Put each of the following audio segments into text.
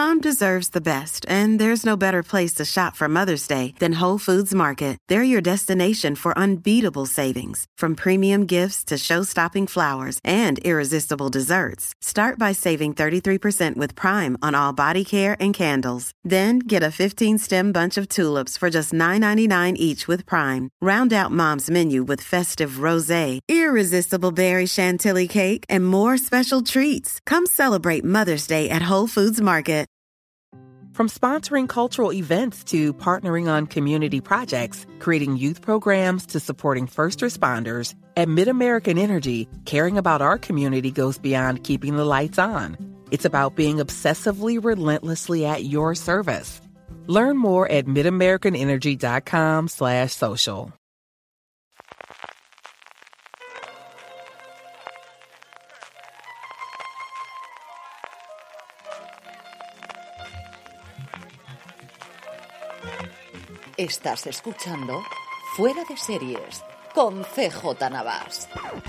Mom deserves the best, and there's no better place to shop for Mother's Day than Whole Foods Market. They're your destination for unbeatable savings, from premium gifts to show-stopping flowers and irresistible desserts. Start by saving 33% with Prime on all body care and candles. Then get a 15-stem bunch of tulips for just $9.99 each with Prime. Round out Mom's menu with festive rosé, irresistible berry chantilly cake, and more special treats. Come celebrate Mother's Day at Whole Foods Market. From sponsoring cultural events to partnering on community projects, creating youth programs to supporting first responders, at MidAmerican Energy, caring about our community goes beyond keeping the lights on. It's about being obsessively relentlessly at your service. Learn more at midamericanenergy.com/social. Estás escuchando Fuera de Series con CJ Navas.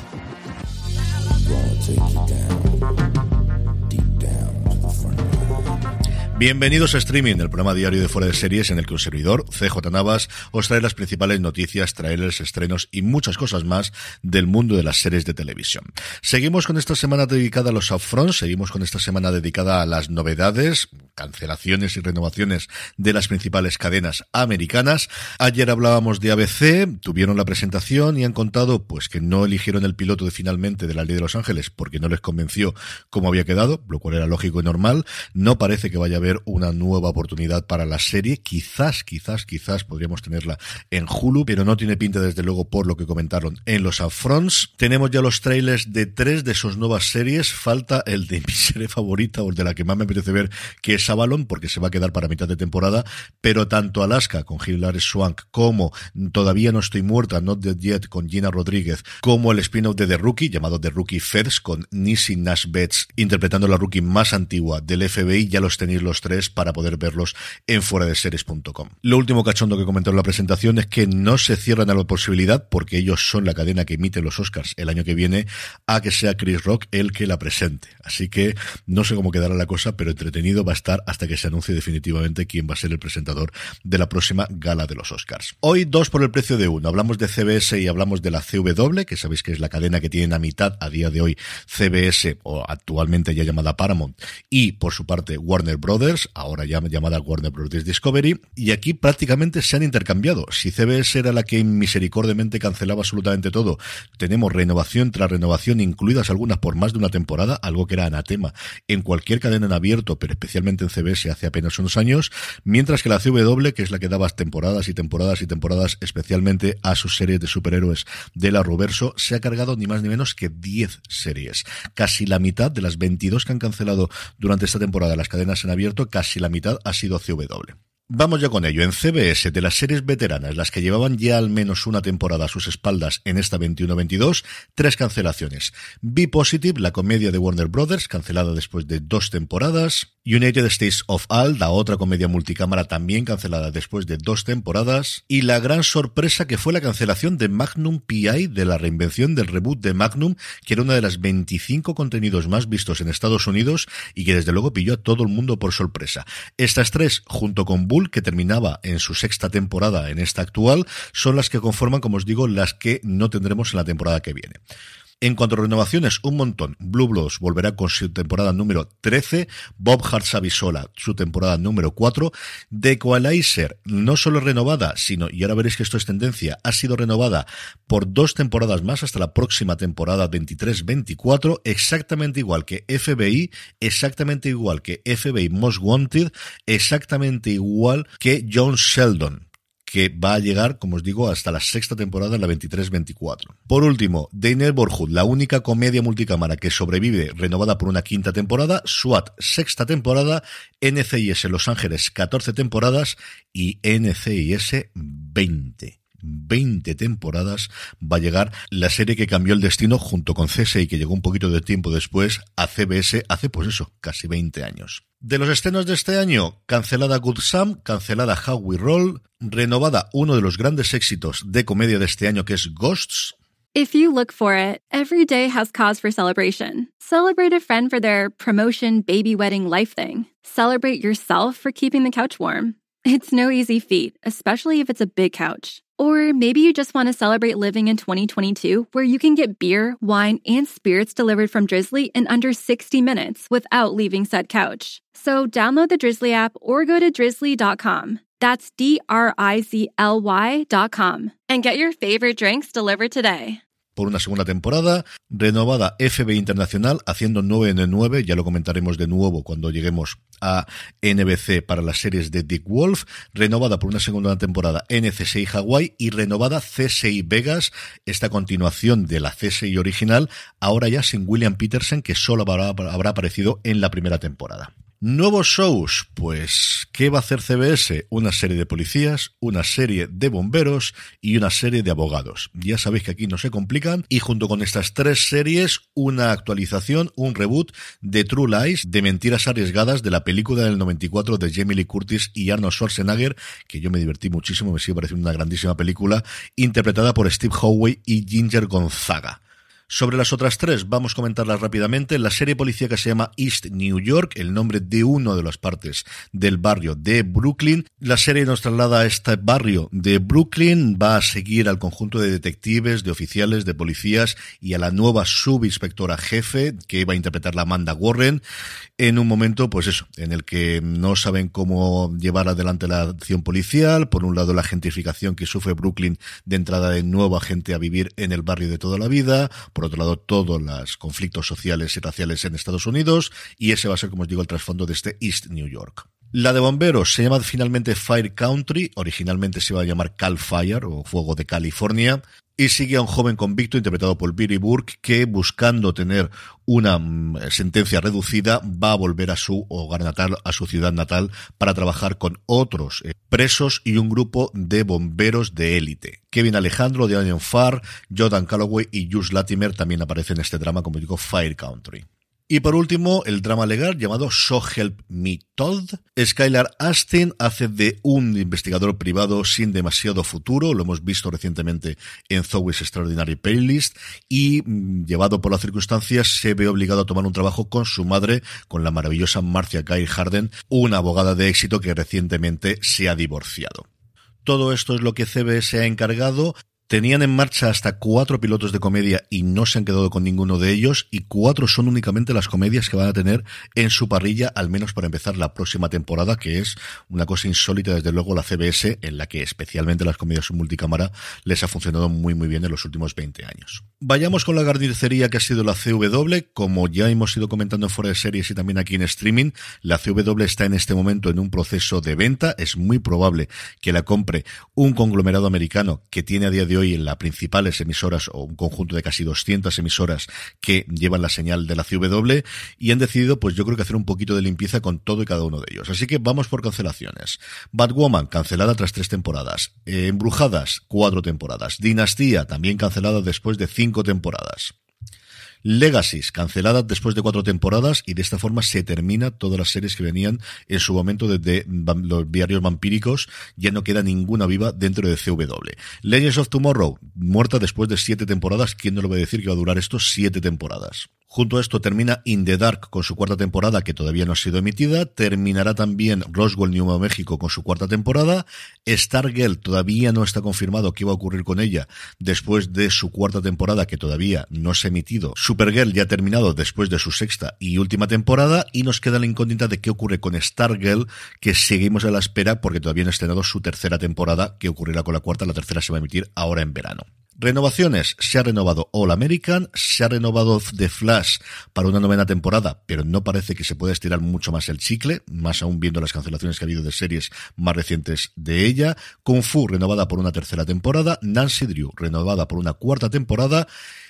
Bienvenidos a Streaming, el programa diario de Fuera de Series en el que un servidor, CJ Navas, os trae las principales noticias, trailers, estrenos y muchas cosas más del mundo de las series de televisión. Seguimos con esta semana dedicada a los upfronts, seguimos con esta semana dedicada a las novedades, cancelaciones y renovaciones de las principales cadenas americanas. Ayer hablábamos de ABC, tuvieron la presentación y han contado pues que no eligieron el piloto finalmente de La Ley de Los Ángeles porque no les convenció cómo había quedado, lo cual era lógico y normal. No parece que vaya a haber una nueva oportunidad para la serie. Quizás podríamos tenerla en Hulu, pero no tiene pinta desde luego por lo que comentaron en los upfronts. Tenemos ya los trailers de 3 de sus nuevas series. Falta el de mi serie favorita o el de la que más me apetece ver, que es Avalon, porque se va a quedar para mitad de temporada, pero tanto Alaska con Hilary Swank como Todavía no estoy muerta, Not Dead Yet con Gina Rodríguez, como el spin-off de The Rookie llamado The Rookie Feds con Niecy Nash Betts interpretando la rookie más antigua del FBI, ya los tenéis los 3 para poder verlos en fueradeseries.com. Lo último cachondo que comentaron en la presentación es que no se cierran a la posibilidad, porque ellos son la cadena que emite los Oscars el año que viene, a que sea Chris Rock el que la presente. Así que no sé cómo quedará la cosa, pero entretenido va a estar hasta que se anuncie definitivamente quién va a ser el presentador de la próxima gala de los Oscars. Hoy 2 por el precio de 1. Hablamos de CBS y hablamos de la CW, que sabéis que es la cadena que tienen a mitad a día de hoy CBS, o actualmente ya llamada Paramount, y por su parte Warner Brothers, ahora ya llamada Warner Brothers Discovery, y aquí prácticamente se han intercambiado. Si CBS era la que misericordiamente cancelaba absolutamente todo, tenemos renovación tras renovación, incluidas algunas por más de una temporada, algo que era anatema en cualquier cadena en abierto, pero especialmente en CBS hace apenas unos años, mientras que la CW, que es la que daba temporadas y temporadas y temporadas especialmente a sus series de superhéroes de la Arrowverso, se ha cargado ni más ni menos que 10 series. Casi la mitad de las 22 que han cancelado durante esta temporada las cadenas en abierto, casi la mitad ha sido CW. Vamos ya con ello. En CBS, de las series veteranas, las que llevaban ya al menos una temporada a sus espaldas en esta 21-22, 3 cancelaciones. Be Positive, la comedia de Warner Brothers, cancelada después de 2 temporadas. United States of All, la otra comedia multicámara también cancelada después de 2 temporadas. Y la gran sorpresa que fue la cancelación de Magnum P.I., de la reinvención del reboot de Magnum, que era una de las 25 contenidos más vistos en Estados Unidos y que desde luego pilló a todo el mundo por sorpresa. Estas 3, junto con Bull, que terminaba en su 6ª temporada en esta actual, son las que conforman, como os digo, las que no tendremos en la temporada que viene. En cuanto a renovaciones, un montón. Blue Bloods volverá con su temporada número 13, Bob Hartzavisola su temporada número 4, The Equalizer no solo renovada, sino, y ahora veréis que esto es tendencia, ha sido renovada por 2 temporadas más hasta la próxima temporada 23-24, exactamente igual que FBI, exactamente igual que FBI Most Wanted, exactamente igual que John Sheldon, que va a llegar, como os digo, hasta la 6ª temporada, en la 23-24. Por último, The Neighborhood, la única comedia multicámara que sobrevive, renovada por una 5ª temporada, SWAT, 6ª temporada, NCIS Los Ángeles, 14 temporadas, y NCIS 20 temporadas va a llegar la serie que cambió el destino junto con CSI, que llegó un poquito de tiempo después, a CBS hace pues eso, casi 20 años. De los estrenos de este año, cancelada Good Sam, cancelada How We Roll, renovada uno de los grandes éxitos de comedia de este año que es Ghosts, If you look for it, every day has cause for celebration. Celebrate a friend for their promotion, baby wedding, life thing. Celebrate yourself for keeping the couch warm. It's no easy feat, especially if it's a big couch. Or maybe you just want to celebrate living in 2022, where you can get beer, wine, and spirits delivered from Drizzly in under 60 minutes without leaving said couch. So download the Drizzly app or go to drizzly.com. That's DRIZLY.com. And get your favorite drinks delivered today. Por una segunda temporada, renovada FB Internacional, haciendo 9 de 9, ya lo comentaremos de nuevo cuando lleguemos a NBC para las series de Dick Wolf, renovada por una segunda temporada NCSI Hawaii y renovada CSI Vegas, esta continuación de la CSI original, ahora ya sin William Petersen, que solo habrá aparecido en la primera temporada. Nuevos shows, pues, ¿qué va a hacer CBS? Una serie de policías, una serie de bomberos y una serie de abogados. Ya sabéis que aquí no se complican y junto con estas tres series, una actualización, un reboot de True Lies, de Mentiras Arriesgadas, de la película del 94 de Jamie Lee Curtis y Arnold Schwarzenegger, que yo me divertí muchísimo, me sigue pareciendo una grandísima película, interpretada por Steve Howey y Ginger Gonzaga. Sobre las otras tres, vamos a comentarlas rápidamente. La serie policíaca se llama East New York, el nombre de una de las partes del barrio de Brooklyn. La serie nos traslada a este barrio de Brooklyn, va a seguir al conjunto de detectives, de oficiales, de policías y a la nueva subinspectora jefe que va a interpretar la Amanda Warren en un momento, pues eso, en el que no saben cómo llevar adelante la acción policial. Por un lado, la gentrificación que sufre Brooklyn de entrada de nueva gente a vivir en el barrio de toda la vida. Por otro lado, todos los conflictos sociales y raciales en Estados Unidos, y ese va a ser, como os digo, el trasfondo de este East New York. La de bomberos se llama finalmente Fire Country, originalmente se iba a llamar Cal Fire o Fuego de California, y sigue a un joven convicto interpretado por Billy Burke que, buscando tener una sentencia reducida, va a volver a su hogar natal, a su ciudad natal, para trabajar con otros presos y un grupo de bomberos de élite. Kevin Alejandro, Daniel Farr, Jordan Calloway y Josh Latimer también aparecen en este drama, como digo, Fire Country. Y por último, el drama legal llamado So Help Me Todd. Skylar Astin hace de un investigador privado sin demasiado futuro, lo hemos visto recientemente en Zoe's Extraordinary Playlist, y llevado por las circunstancias se ve obligado a tomar un trabajo con su madre, con la maravillosa Marcia Gay Harden, una abogada de éxito que recientemente se ha divorciado. Todo esto es lo que CBS ha encargado. Tenían en marcha hasta 4 pilotos de comedia y no se han quedado con ninguno de ellos, y 4 son únicamente las comedias que van a tener en su parrilla, al menos para empezar la próxima temporada, que es una cosa insólita desde luego la CBS, en la que especialmente las comedias en multicámara les ha funcionado muy muy bien en los últimos 20 años. Vayamos con la carnicería que ha sido la CW. Como ya hemos ido comentando en Fuera de Series y también aquí en streaming, la CW está en este momento en un proceso de venta. Es muy probable que la compre un conglomerado americano que tiene a día de hoy en las principales emisoras, o un conjunto de casi 200 emisoras que llevan la señal de la CW, y han decidido, pues yo creo que hacer un poquito de limpieza con todo y cada uno de ellos. Así que vamos por cancelaciones. Batwoman, cancelada tras 3 temporadas. Embrujadas, 4 temporadas. Dinastía, también cancelada después de 5 temporadas. Legacies, cancelada después de 4 temporadas, y de esta forma se termina todas las series que venían en su momento desde los diarios vampíricos. Ya no queda ninguna viva dentro de CW. Legends of Tomorrow, muerta después de 7 temporadas. ¿Quién no lo va a decir que va a durar esto 7 temporadas? Junto a esto termina In the Dark con su 4ª temporada, que todavía no ha sido emitida. Terminará también Roswell, Nuevo México, con su 4ª temporada. Stargirl, todavía no está confirmado qué va a ocurrir con ella después de su 4ª temporada, que todavía no se ha emitido. Supergirl ya ha terminado después de su 6ª y última temporada, y nos queda la incógnita de qué ocurre con Stargirl, que seguimos a la espera porque todavía no ha estrenado su 3ª temporada, que ocurrirá con la 4ª. La 3ª se va a emitir ahora en verano. Renovaciones, se ha renovado All American, se ha renovado The Flash para una 9ª temporada, pero no parece que se pueda estirar mucho más el chicle, más aún viendo las cancelaciones que ha habido de series más recientes de ella. Kung Fu, renovada por una 3ª temporada. Nancy Drew, renovada por una 4ª temporada.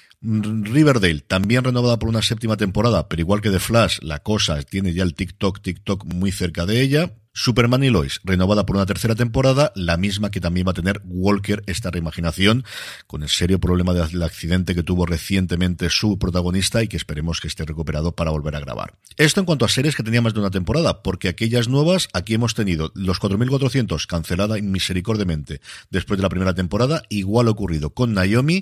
Riverdale, también renovada por una 7ª temporada, pero igual que The Flash, la cosa tiene ya el TikTok muy cerca de ella. Superman y Lois, renovada por una 3ª temporada, la misma que también va a tener Walker, esta reimaginación, con el serio problema del accidente que tuvo recientemente su protagonista y que esperemos que esté recuperado para volver a grabar. Esto en cuanto a series que tenía más de una temporada, porque aquellas nuevas, aquí hemos tenido Los 4400, cancelada misericordiamente después de la primera temporada, igual ha ocurrido con Naomi,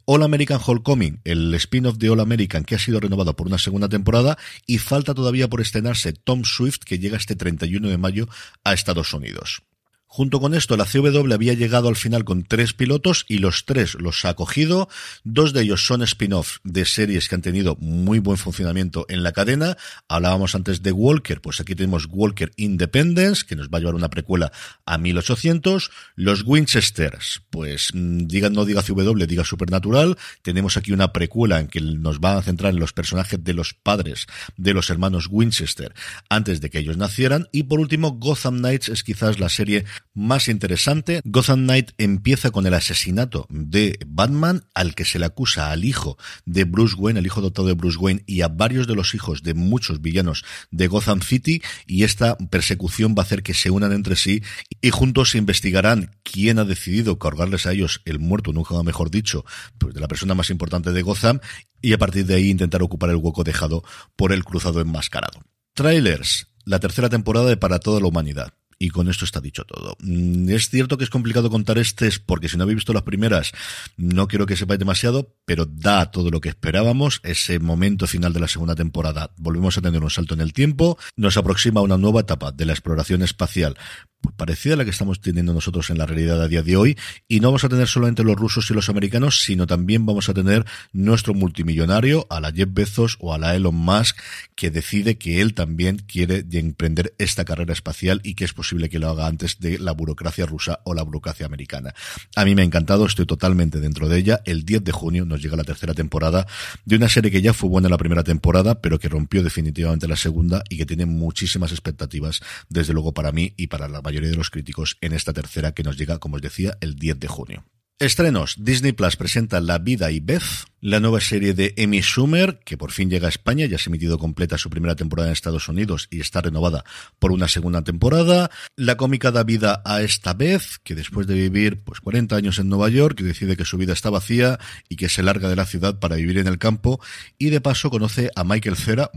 All American Homecoming, el spin-off de All American que ha sido renovado por una segunda temporada, y falta todavía por estrenarse Tom Swift, que llega este 31 de mayo a Estados Unidos. Junto con esto, la CW había llegado al final con 3 pilotos y los 3 los ha cogido. 2 de ellos son spin-off de series que han tenido muy buen funcionamiento en la cadena. Hablábamos antes de Walker, pues aquí tenemos Walker Independence, que nos va a llevar una precuela a 1800. Los Winchesters, pues no diga CW, diga Supernatural. Tenemos aquí una precuela en que nos van a centrar en los personajes de los padres de los hermanos Winchester antes de que ellos nacieran. Y por último, Gotham Knights es quizás la serie más interesante. Gotham Knight empieza con el asesinato de Batman, al que se le acusa al hijo de Bruce Wayne, el hijo adoptado de Bruce Wayne, y a varios de los hijos de muchos villanos de Gotham City, y esta persecución va a hacer que se unan entre sí y juntos investigarán quién ha decidido cargarles a ellos el muerto, nunca mejor dicho, pues de la persona más importante de Gotham, y a partir de ahí intentar ocupar el hueco dejado por el Cruzado Enmascarado. Trailers, la tercera temporada de Para Toda la Humanidad. Y con esto está dicho todo. Es cierto que es complicado contar porque si no habéis visto las primeras, no quiero que sepáis demasiado, pero da todo lo que esperábamos. Ese momento final de la segunda temporada, volvemos a tener un salto en el tiempo, nos aproxima a una nueva etapa de la exploración espacial, pues parecida a la que estamos teniendo nosotros en la realidad a día de hoy, y no vamos a tener solamente los rusos y los americanos, sino también vamos a tener nuestro multimillonario, a la Jeff Bezos o a la Elon Musk, que decide que él también quiere emprender esta carrera espacial y que es posible que lo haga antes de la burocracia rusa o la burocracia americana. A mí me ha encantado, estoy totalmente dentro de ella. El 10 de junio nos llega la tercera temporada de una serie que ya fue buena en la primera temporada, pero que rompió definitivamente la segunda y que tiene muchísimas expectativas, desde luego para mí y para la mayoría de los críticos, en esta tercera que nos llega, como os decía, el 10 de junio. Estrenos. Disney Plus presenta La Vida y Beth, la nueva serie de Amy Schumer, que por fin llega a España. Ya se ha emitido completa su primera temporada en Estados Unidos y está renovada por una segunda temporada. La cómica da vida a esta Beth, que después de vivir 40 años en Nueva York, decide que su vida está vacía y que se larga de la ciudad para vivir en el campo, y de paso conoce a Michael Cera,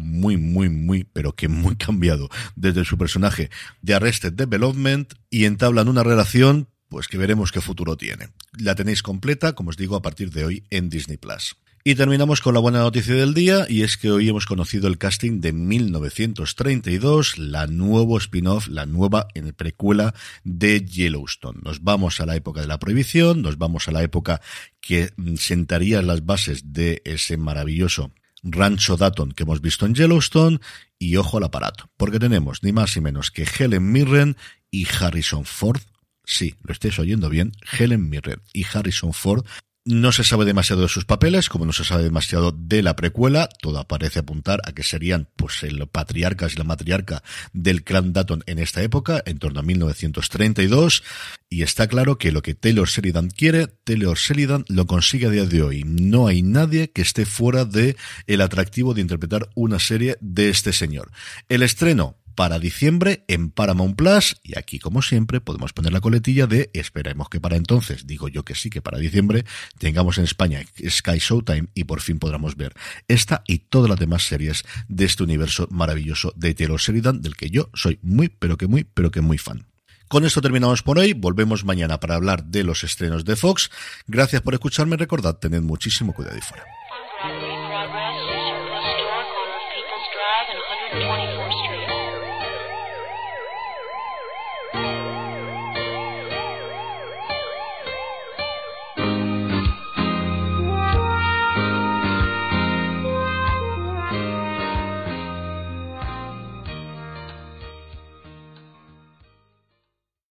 pero que muy cambiado desde su personaje de Arrested Development, y entablan una relación pues que veremos qué futuro tiene. La tenéis completa, como os digo, a partir de hoy en Disney Plus. Y terminamos con la buena noticia del día, y es que hoy hemos conocido el casting de 1932, la nuevo spin-off, la nueva precuela de Yellowstone. Nos vamos a la época de la prohibición, nos vamos a la época que sentaría las bases de ese maravilloso Rancho Dayton que hemos visto en Yellowstone, y ojo al aparato, porque tenemos ni más ni menos que Helen Mirren y Harrison Ford. Sí, lo estáis oyendo bien, Helen Mirren y Harrison Ford. No se sabe demasiado de sus papeles, como no se sabe demasiado de la precuela. Todo parece apuntar a que serían el patriarcas y la matriarca del clan Dayton en esta época, en torno a 1932. Y está claro que lo que Taylor Sheridan quiere, Taylor Sheridan lo consigue a día de hoy. No hay nadie que esté fuera de el atractivo de interpretar una serie de este señor. El estreno para diciembre en Paramount Plus, y aquí como siempre podemos poner la coletilla de esperemos que para entonces, digo yo que sí, que para diciembre tengamos en España Sky Showtime y por fin podamos ver esta y todas las demás series de este universo maravilloso de Taylor Sheridan, del que yo soy muy fan. Con esto terminamos por hoy, volvemos mañana para hablar de los estrenos de Fox. Gracias por escucharme, recordad, tened muchísimo cuidado y fuera.